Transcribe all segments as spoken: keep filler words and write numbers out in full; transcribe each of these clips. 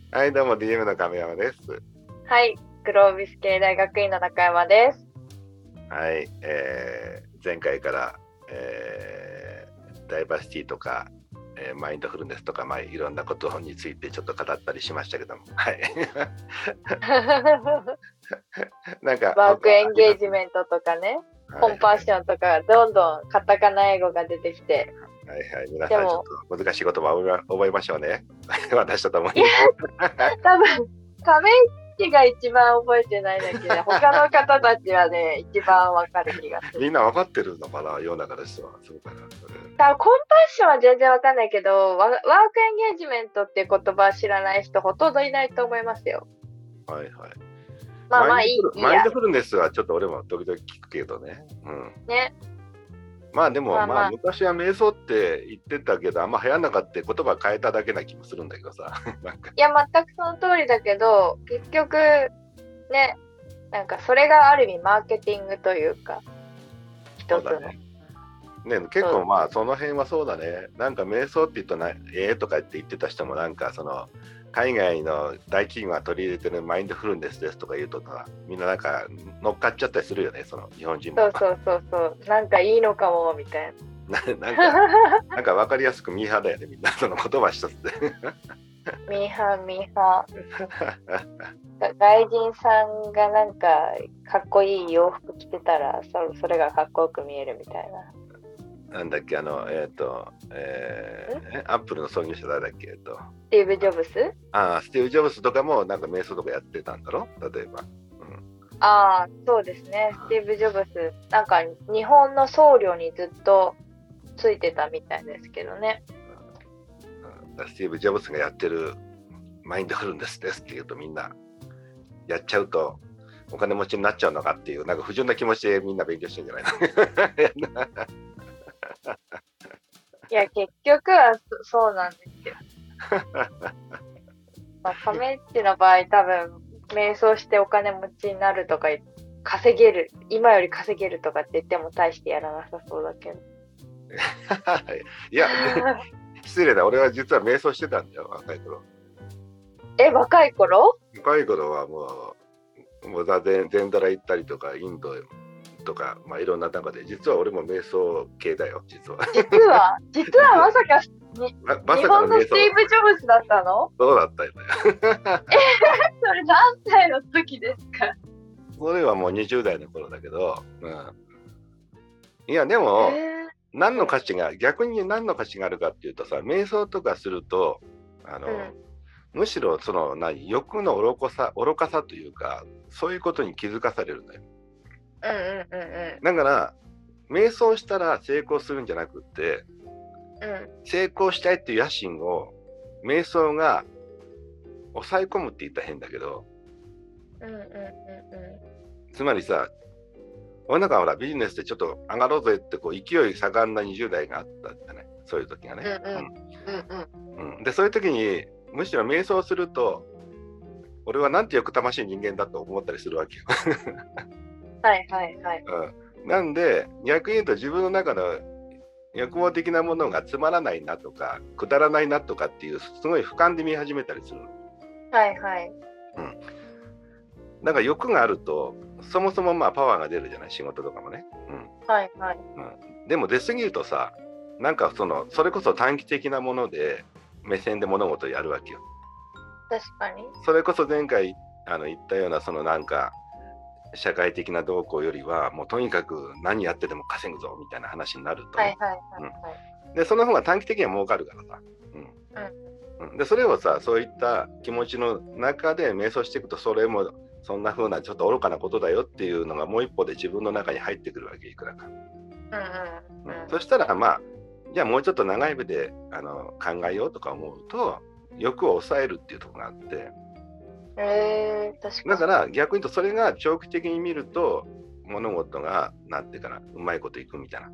はい、どうも ディーエム の亀山です。 はい、グロービス系大学院の中山です。 はい、えー、前回から、えー、ダイバーシティとか、えー、マインドフルネスとか、まあ、いろんなことについてちょっと語ったりしましたけども、はい。なんか、 ワークエンゲーあります。 ジメントとかね、 はいはい。 コンパッションとか、どんどんカタカナ英語が出てきて、 はいはい。皆さんちょっでも、 と難しい言葉を覚え覚えましょうね。私とともいや、 に。 多分、亀井が一番覚えてないだけで、他の方たちはね、一番わかる気がする。 みんな分かってるのかな、世の中の人は。そうかな。 多分コンパッションは全然わかんないけど、ワワークエンゲージメントっていう言葉知らない人ほとんどいないと思いますよ。 はいはい。 まあまあいい、 マインドフル、 いいや。 マインドフルネスはちょっと俺も時々聞くけどね。うん。 ね。 まあでも、まあまあまあ。 昔は瞑想って言ってたけど、あんま流行んなかった言葉変えただけな気もするんだけどさ。なんかいや、全くその通りだけど、結局、ね、なんかそれがある意味マーケティングというか、一つの。 そうだね。ね、結構まあその辺はそうだね。なんか瞑想って言うとな、ええー、とかって言ってた人もなんかその、海外の大企業が取り入れてるマインドフルネスですとか言うとさ、みんななんか乗っかっちゃったりするよね、その日本人も。 そうそうそうそう。なんかいいのかも、みたいななんか、 な。 なんか分かりやすくミーハーだよね、みんなその言葉一つで。 ミーハーミーハー。外人さんがなんかかっこいい洋服着てたら、そそれがかっこよく見えるみたいな。 なんだっけ、あの、えっ、ー、と、えー、アップルの創業者誰だっけ、えっと、 スティーブ・ジョブス。 ああ、スティーブ・ジョブスとかもなんか瞑想とかやってたんだろ、例えば。うん、 ああ、そうですね。スティーブ・ジョブス。なんか日本の僧侶にずっとついてたみたいですけどね。 うん、スティーブ・ジョブスがやってるマインドフルネスですって言うと、みんなやっちゃうとお金持ちになっちゃうのかっていう、なんか不純な気持ちでみんな勉強してるんじゃないの。 いや、結局はそそうなんですよ。まあ、亀っちの場合多分、瞑想してお金持ちになるとか、稼げる、今より稼げるとかって言っても大してやらなさそうだけど。 いや、失礼だ、俺は実は瞑想してたんだよ、若い頃。 え、若い頃？ 若い頃はもう、もう座禅、禅寺行ったりとか、インドとか、まあいろんな中で、実は俺も瞑想系だよ、実は。 実は、実はまさかにま日さかの瞑想。 本のスティーブ・ジョブスだったの？ そうだったよね。 え、それ何歳の時ですか？ それはもうにじゅう代の頃だけど、うん、いやでも、 えー、 何の価値が、逆に何の価値があるかっていうとさ、瞑想とかすると、あの、うん、むしろその何、欲の愚かさ、愚かさというか、そういうことに気づかされるんだよ。 うんうんうんうん。 だから、瞑想したら成功するんじゃなくって、うん、成功したいっていう野心を瞑想が抑え込むって言ったら変だけど、うんうんうんうん、つまりさ、俺なんかほらビジネスでちょっと上がろうぜってこう勢い盛んなにじゅう代があったんだね、そういう時がね。でそういう時にむしろ瞑想すると、俺はなんて欲ましい人間だと思ったりするわけよ。 はいはいはい。 うん、なんで逆に言うと、自分の中の欲望的なものがつまらないなとかくだらないなとかっていうすごい俯瞰で見始めたりする。 はいはい。 うん。だから欲があるとそもそもまあパワーが出るじゃない、仕事とかもね。うん。 はいはい。 うん。でも出過ぎるとさ、なんかそのそれこそ短期的なもので目線で物事をやるわけよ。 確かに。 それこそ前回あの言ったようなそのなんか社会的な動向よりはもうとにかく何やってでも稼ぐぞみたいな話になると、ね、はいはいはいはい、うん、でその方が短期的には儲かるからさ、うんうん、でそれをさ、そういった気持ちの中で瞑想していくと、それもそんな風なちょっと愚かなことだよっていうのがもう一歩で自分の中に入ってくるわけ、いくらか、うんうんうん、そしたらまあじゃあもうちょっと長い目であの考えようとか思うと、欲を抑えるっていうところがあって、 えー、確かに。 だから逆に言うと、それが長期的に見ると物事がなんていうかな、うまいこといくみたいな。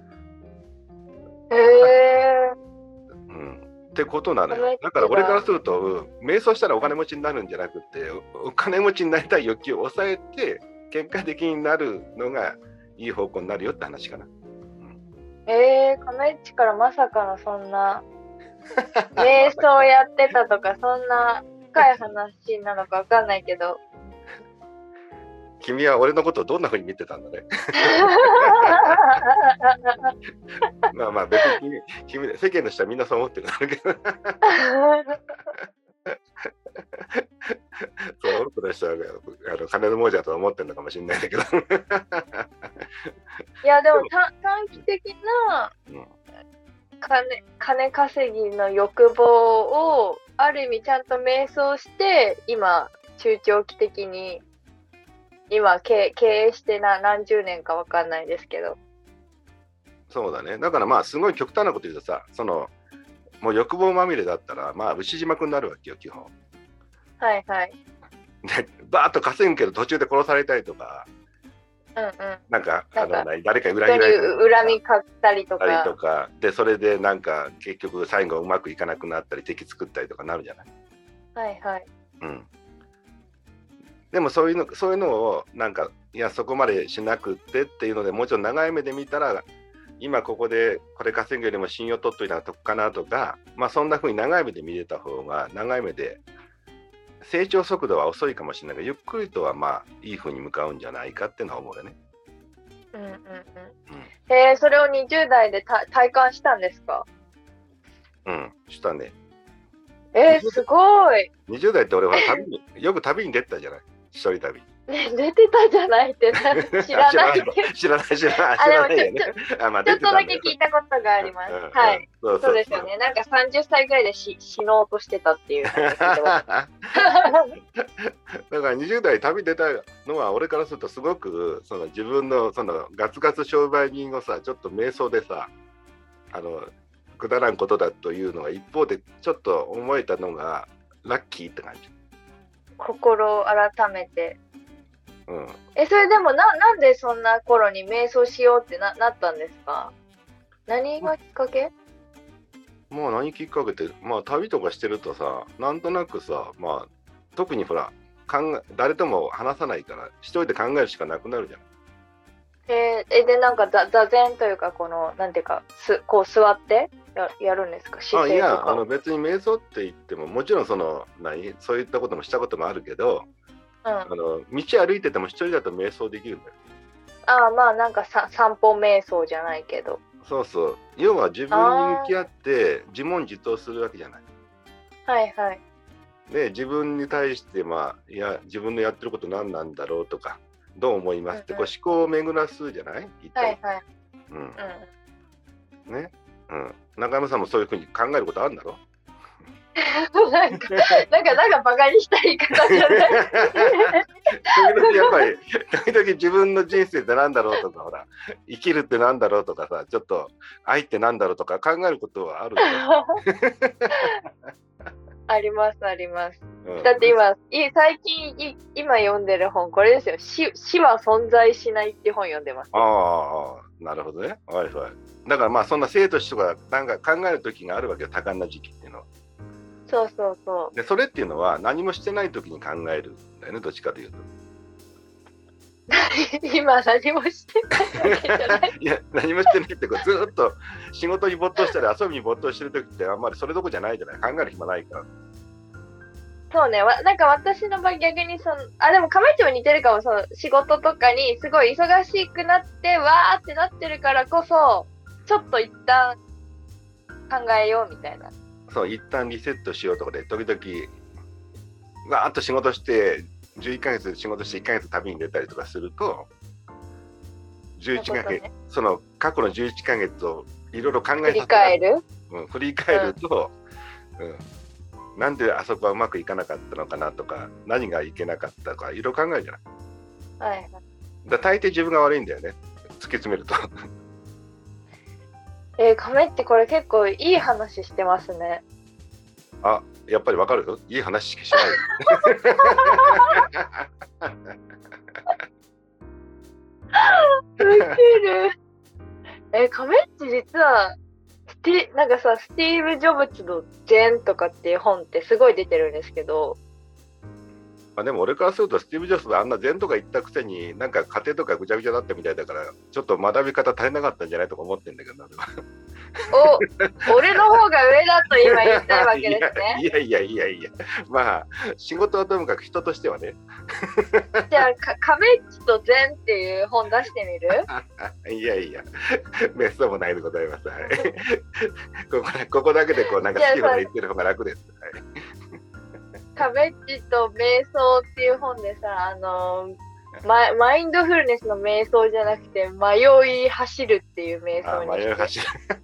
へー、 うん、ってことなのよ。だから俺からすると、うん、瞑想したらお金持ちになるんじゃなくて、お金持ちになりたい欲求を抑えて結果的になるのがいい方向になるよって話かな。うん、 えー、亀っちからまさかのそんな瞑想やってたとか、そんな深い話なのかわかんないけど。 君は俺のことをどんな風に見てたんだね。まあまあ別に君、君世間の人はみんなそう思ってるんだけど。そう多くの人はあの金の亡者と思ってるのかもしれないんだけど。 いやでも短期的な金、金稼ぎの欲望をある意味ちゃんと瞑想して今中長期的に今経営してな何十年か分かんないですけど。 そうだね。だからまあすごい極端なこと言うとさ、そのもう欲望まみれだったらまあ牛島くんになるわけよ基本。 はいはい。 でバーッと稼ぐけど途中で殺されたりとか、 うんうん、 なんかあの誰か裏切られたりとか、恨み買ったりとかとかで、それでなんか結局最後うまくいかなくなったり敵作ったりとかなるじゃない。 はいはい。 うん。でもそういうのそういうのをなんかいやそこまでしなくってっていうのでもうちょっと長い目で見たら今ここでこれ稼ぐよりも信用取っといたら得かなとか、まあそんな風に長い目で見れた方が長い目で成長速度は遅いかもしれないがゆっくりとはまあいい風に向かうんじゃないかっていうのは思うよね。 うんうんうん。うん、えー、それをにじゅう代でた体感したんですか？ うん、したね。 えー、すごい。 にじゅう代って俺は旅によく旅に出たじゃない。一人旅。 ね、出てたじゃないって知らない知らない知らない知らないよね。 あ、まあ、ちょっとだけ聞いたことがあります。うんうん、はい、そうそうそう。そうですよね。なんかさんじゅっさいぐらいでし死のうとしてたっていう。だからにじゅう代旅出たのは俺からするとすごくその自分のそのガツガツ商売人をさちょっと瞑想でさあのくだらんことだというのが一方でちょっと思えたのがラッキーって感じ。 心を改めて。 うん、 え、それでも な, なんでそんな頃に瞑想しようって な, なったんですか？何がきっかけ？ まあ何きっかけって、まあ旅とかしてるとさ、なんとなくさ、まあ特にほら考え誰とも話さないから一人で考えるしかなくなるじゃん。 えー、でなんか座禅というかこのなんていうかすこう座ってや, やるんですか？姿勢とか。 あ、いやあの別に瞑想って言ってももちろんその何そういったこともしたこともあるけど。うん、あの道歩いてても一人だと瞑想できるんだよ。 ああ、まあなんかさ散歩瞑想じゃないけど。 そうそう。要は自分に向き合って自問自答するわけじゃない。 はいはい。 で自分に対してまあいや自分のやってること何なんだろうとかどう思いますって、うんうん、こう思考を巡らすじゃない？ はいはい。 うん。うん、ね。うん。中山さんもそういうふうに考えることあるんだろ？ なんか、なんか、なんかバカにした言い方じゃない。 時々やっぱり、時々自分の人生ってなんだろうとか、ほら、生きるってなんだろうとかさ、ちょっと愛ってなんだろうとか考えることはあるんだよ。 あります、あります。うん、だって今、最近今読んでる本、これですよ。死、死は存在しないって本読んでます。 ああ、なるほどね。はいはい。だからまあ、そんな生と死とかなんか考える時があるわけよ、多感な時期っていうのは。 そうそうそう。 でそれっていうのは何もしてない時に考えるんだよね、どっちかというと。 今何もしてないわけじゃない。 いや何もしてないってこうずっと仕事に没頭したり遊びに没頭してる時ってあんまりそれどころじゃないじゃない。考える暇ないから。 そうね、わなんか私の場合逆にそのあでもかまいちも似てるかも。その仕事とかにすごい忙しくなってわーってなってるからこそちょっと一旦考えようみたいな。 そう一旦リセットしようとかで時々わーっと仕事してじゅういっかげつ仕事していっかげつ旅に出たりとかするとじゅういちかげつ、ね、その過去のじゅういっかげつをいろいろ考えさせ振り返る、 うん、振り返ると、うんうん、なんであそこはうまくいかなかったのかなとか何がいけなかったとかいろいろ考えるじゃない。 はいはい。 だ大抵自分が悪いんだよね、突き詰めると。 えー、亀ってこれ結構いい話してますね。 あ、やっぱりわかるよ。いい話しかしない。 ウケる。えー、亀って実はスティなんかさスティーブ・ジョブズの「禅」とかっていう本ってすごい出てるんですけど。 まあ、でも俺からするとスティーブ・ジョブズあんな禅とか言ったくせになんか家庭とかぐちゃぐちゃだったみたいだからちょっと学び方足りなかったんじゃないとか思ってんだけどな。 お、俺の方が上だと今言いたいわけですね。 いやいやいやいや、まあ仕事はともかく人としてはね。 じゃあかカメッチとゼンっていう本出してみる？ いやいや、めっそうもないでございます。はい、ここここだけでこうなんか好きなこと言ってる方が楽です。はい、 カメッチと瞑想っていう本でさ、あのマ, マインドフルネスの瞑想じゃなくて迷い走るっていう瞑想にして。 あ、迷い走る。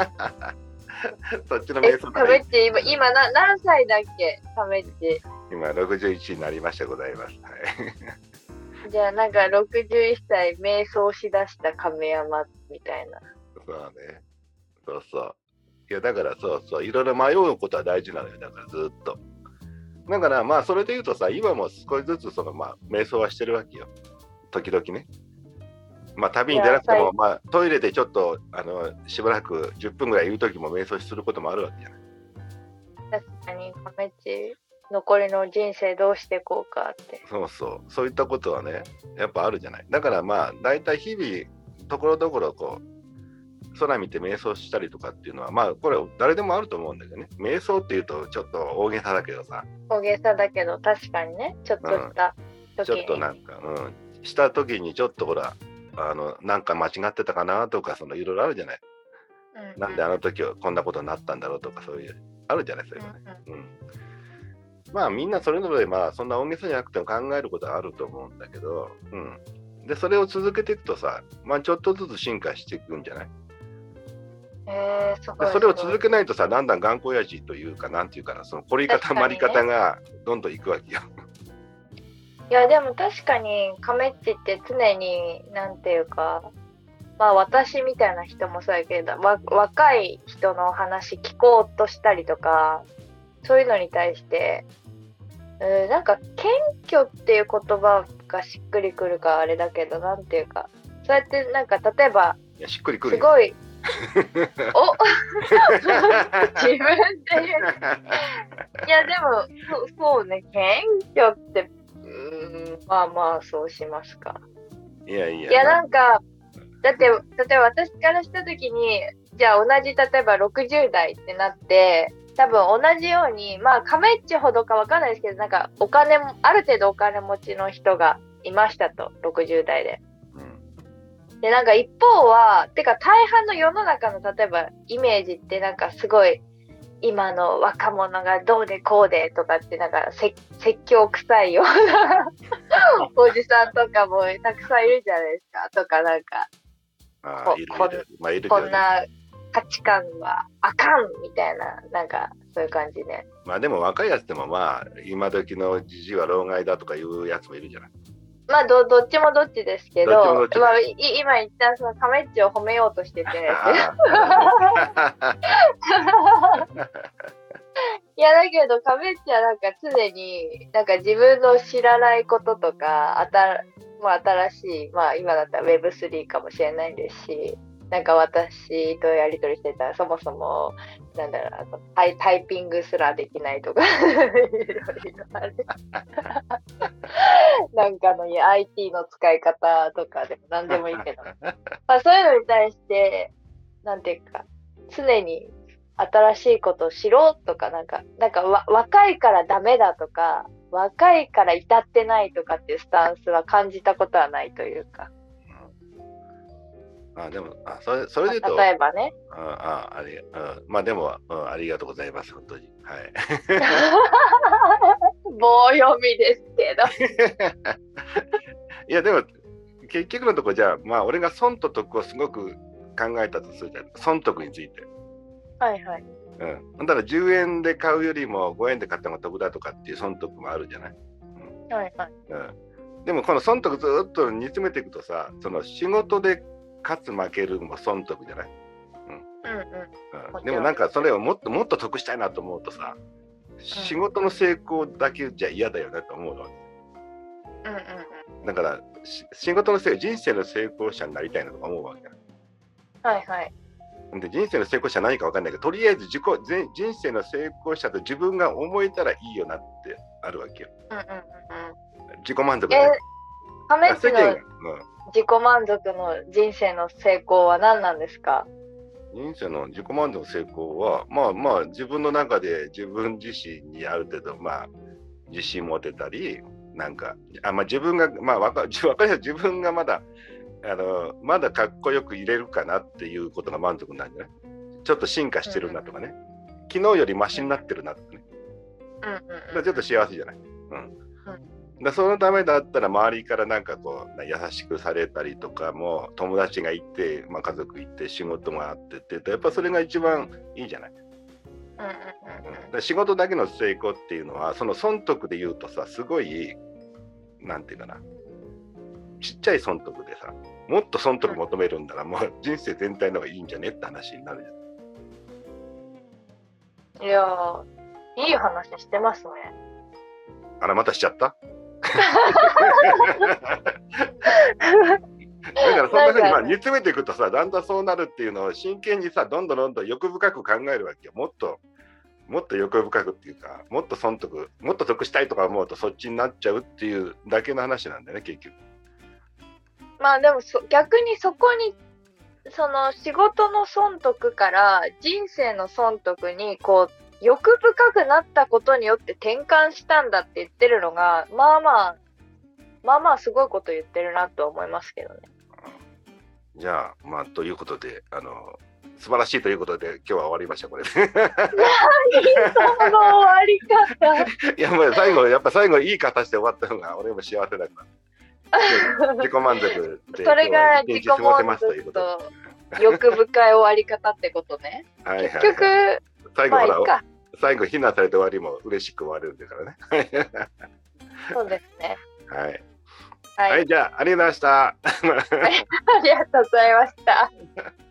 そっちの瞑想だ。カメッチ今今な何歳だっけ？カメッチ。 今ろくじゅういちになりましてございます。はい、 じゃあなんかろくじゅういっさい瞑想しだした亀山みたいな。 そうね。そうそう。いやだからそうそういろいろ迷うことは大事なのよ。だからずっと。だからまあそれで言うとさ、今も少しずつそのまあ瞑想はしてるわけよ。時々ね。まあ旅に出なくても、まあトイレでちょっとあのしばらくじゅっぷんぐらいいる時も瞑想することもあるわけじゃない。 確かにカメッチ残りの人生どうしていこうかって。 そうそうそういったことはねやっぱあるじゃない。だからまあだいたい日々ところどころこう空見て瞑想したりとかっていうのはまあこれ誰でもあると思うんだけどね。瞑想っていうとちょっと大げさだけどさ。 大げさだけど確かにねちょっとした時に、うん、ちょっとなんかうんした時にちょっとほらあのなんか間違ってたかなとかそのいろいろあるじゃない、うんうん、なんであの時はこんなことになったんだろうとかそういうあるじゃないそういうのね、うんうん、まあみんなそれぞれまあそんな大げさじゃなくても考えることはあると思うんだけど、うん、でそれを続けていくとさ、まあちょっとずつ進化していくんじゃない？ えー、すごい。 でそれを続けないとさだんだん頑固親父というかなんていうかなその凝り方まり方がどんどんいくわけよ。 いやでも確かにカメッチって常になんていうかまあ私みたいな人もそうやけどわ若い人の話聞こうとしたりとかそういうのに対して、うん、なんか謙虚っていう言葉がしっくりくるかあれだけどなんていうかそうやってなんか例えばいやしっくりくるすごいお自分で言ういやでもそそうね謙虚ってうんまあまあそうしますか。 いやいや。 いやなんかだって例えば私からした時にじゃあ同じ例えばろくじゅう代ってなって多分同じようにまあカメッチほどかわかんないですけどなんかお金もある程度お金持ちの人がいましたとろくじゅう代で。うん、でなんか一方はてか大半の世の中の例えばイメージってなんかすごい今の若者がどうでこうでとかってなんか説教臭いようなおじさんとかもたくさんいるじゃないですかとかなんかあいるいる、まあ、いるこんな価値観はあかんみたいななんかそういう感じでまあでも若いやつでもまあ今時のじじいは老害だとかいうやつもいるじゃない。 まあ ど, どっちもどっちですけど、まあ、今一旦そのカメッチを褒めようとしてていやだけどカメッチはなんか常になんか自分の知らないこととかあた、まあ、新しいまあ今だったら ウェブスリー かもしれないですしなんか私とやり取りしてたらそもそもなんだろうタイ、タイピングすらできないとかいろいろあるなんかの アイティー の使い方とかでも何でもいいけどまあそういうのに対してなんていうか常に新しいことを知ろうとかなんかなんかわ若いからダメだとか若いから至ってないとかっていうスタンスは感じたことはないというか。 あでもあそれそれで言うと例えばねあああれ、うん、まあでも、うん、ありがとうございます本当にはい棒読みですけどいやでも結局のところじゃあまあ俺が損と得をすごく考えたとするじゃん損得についてはいはいうんだからじゅうえんで買うよりもごえんで買った方が得だとかっていう損得もあるじゃない、 うん、はいはい、 うん、でもこの損得ずっと煮詰めていくとさその仕事で勝つ負けるも損得じゃない、うんうんうん、でもなんかそれをもっともっと得したいなと思うとさ、うん、仕事の成功だけじゃ嫌だよねと思うの、うんうんうん、だから仕事の成功人生の成功者になりたいなとか思うわけだはいはいで人生の成功者は何か分かんないけどとりあえず自己人生の成功者と自分が思えたらいいよなってあるわけよ、うんうんうん、自己満足だね、 えー、カメッチの自己満足の人生の成功は何なんですか？ い人生の自己満足成功は、まあまあ自分の中で自分自身にある程度、まあ自信持てたり、なんか、あまあ、自分が、まあわか、わかりやすい自分がまだ、あの、まだかっこよく入れるかなっていうことが満足なんじゃない？ちょっと進化してるなとかね。うん、昨日よりマシになってるなとかね。うんうんうん、ちょっと幸せじゃない。うん。うん、だそのためだったら周りからなんかこう優しくされたりとかも友達がいて、まあ、家族いて仕事もあってってやっぱそれが一番いいじゃない。うん、仕事だけの成功っていうのはその損得で言うとさすごいなんていうかなちっちゃい損得でさもっと損得求めるんだらもう人生全体の方がいいんじゃねって話になるじゃん。いやーいい話してますね。 あらまたしちゃっただからそんなふうにまあ煮詰めていくとさだんだんそうなるっていうのを真剣にさどんどんどんどん欲深く考えるわけよ。もっともっと欲深くっていうかもっと損得もっと得したいとか思うとそっちになっちゃうっていうだけの話なんだよね結局。 まあでもそ逆にそこにその仕事の損得から人生の損得にこう欲深くなったことによって転換したんだって言ってるのがまあまあまあまあすごいこと言ってるなと思いますけどね。 じゃあまあということであの素晴らしいということで今日は終わりましたこれ。 何その終わり方。 いやもう最後やっぱ最後いい形で終わったのが俺も幸せだから。自己満足でそれが自己満足と欲深い終わり方ってことね。はいはいはい、結局最後ほら、まあ、最後非難されて終わりも嬉しく終わるんだからね。 そうですね。 はい。はい、はい、じゃあありがとうございました。 ありがとうございました。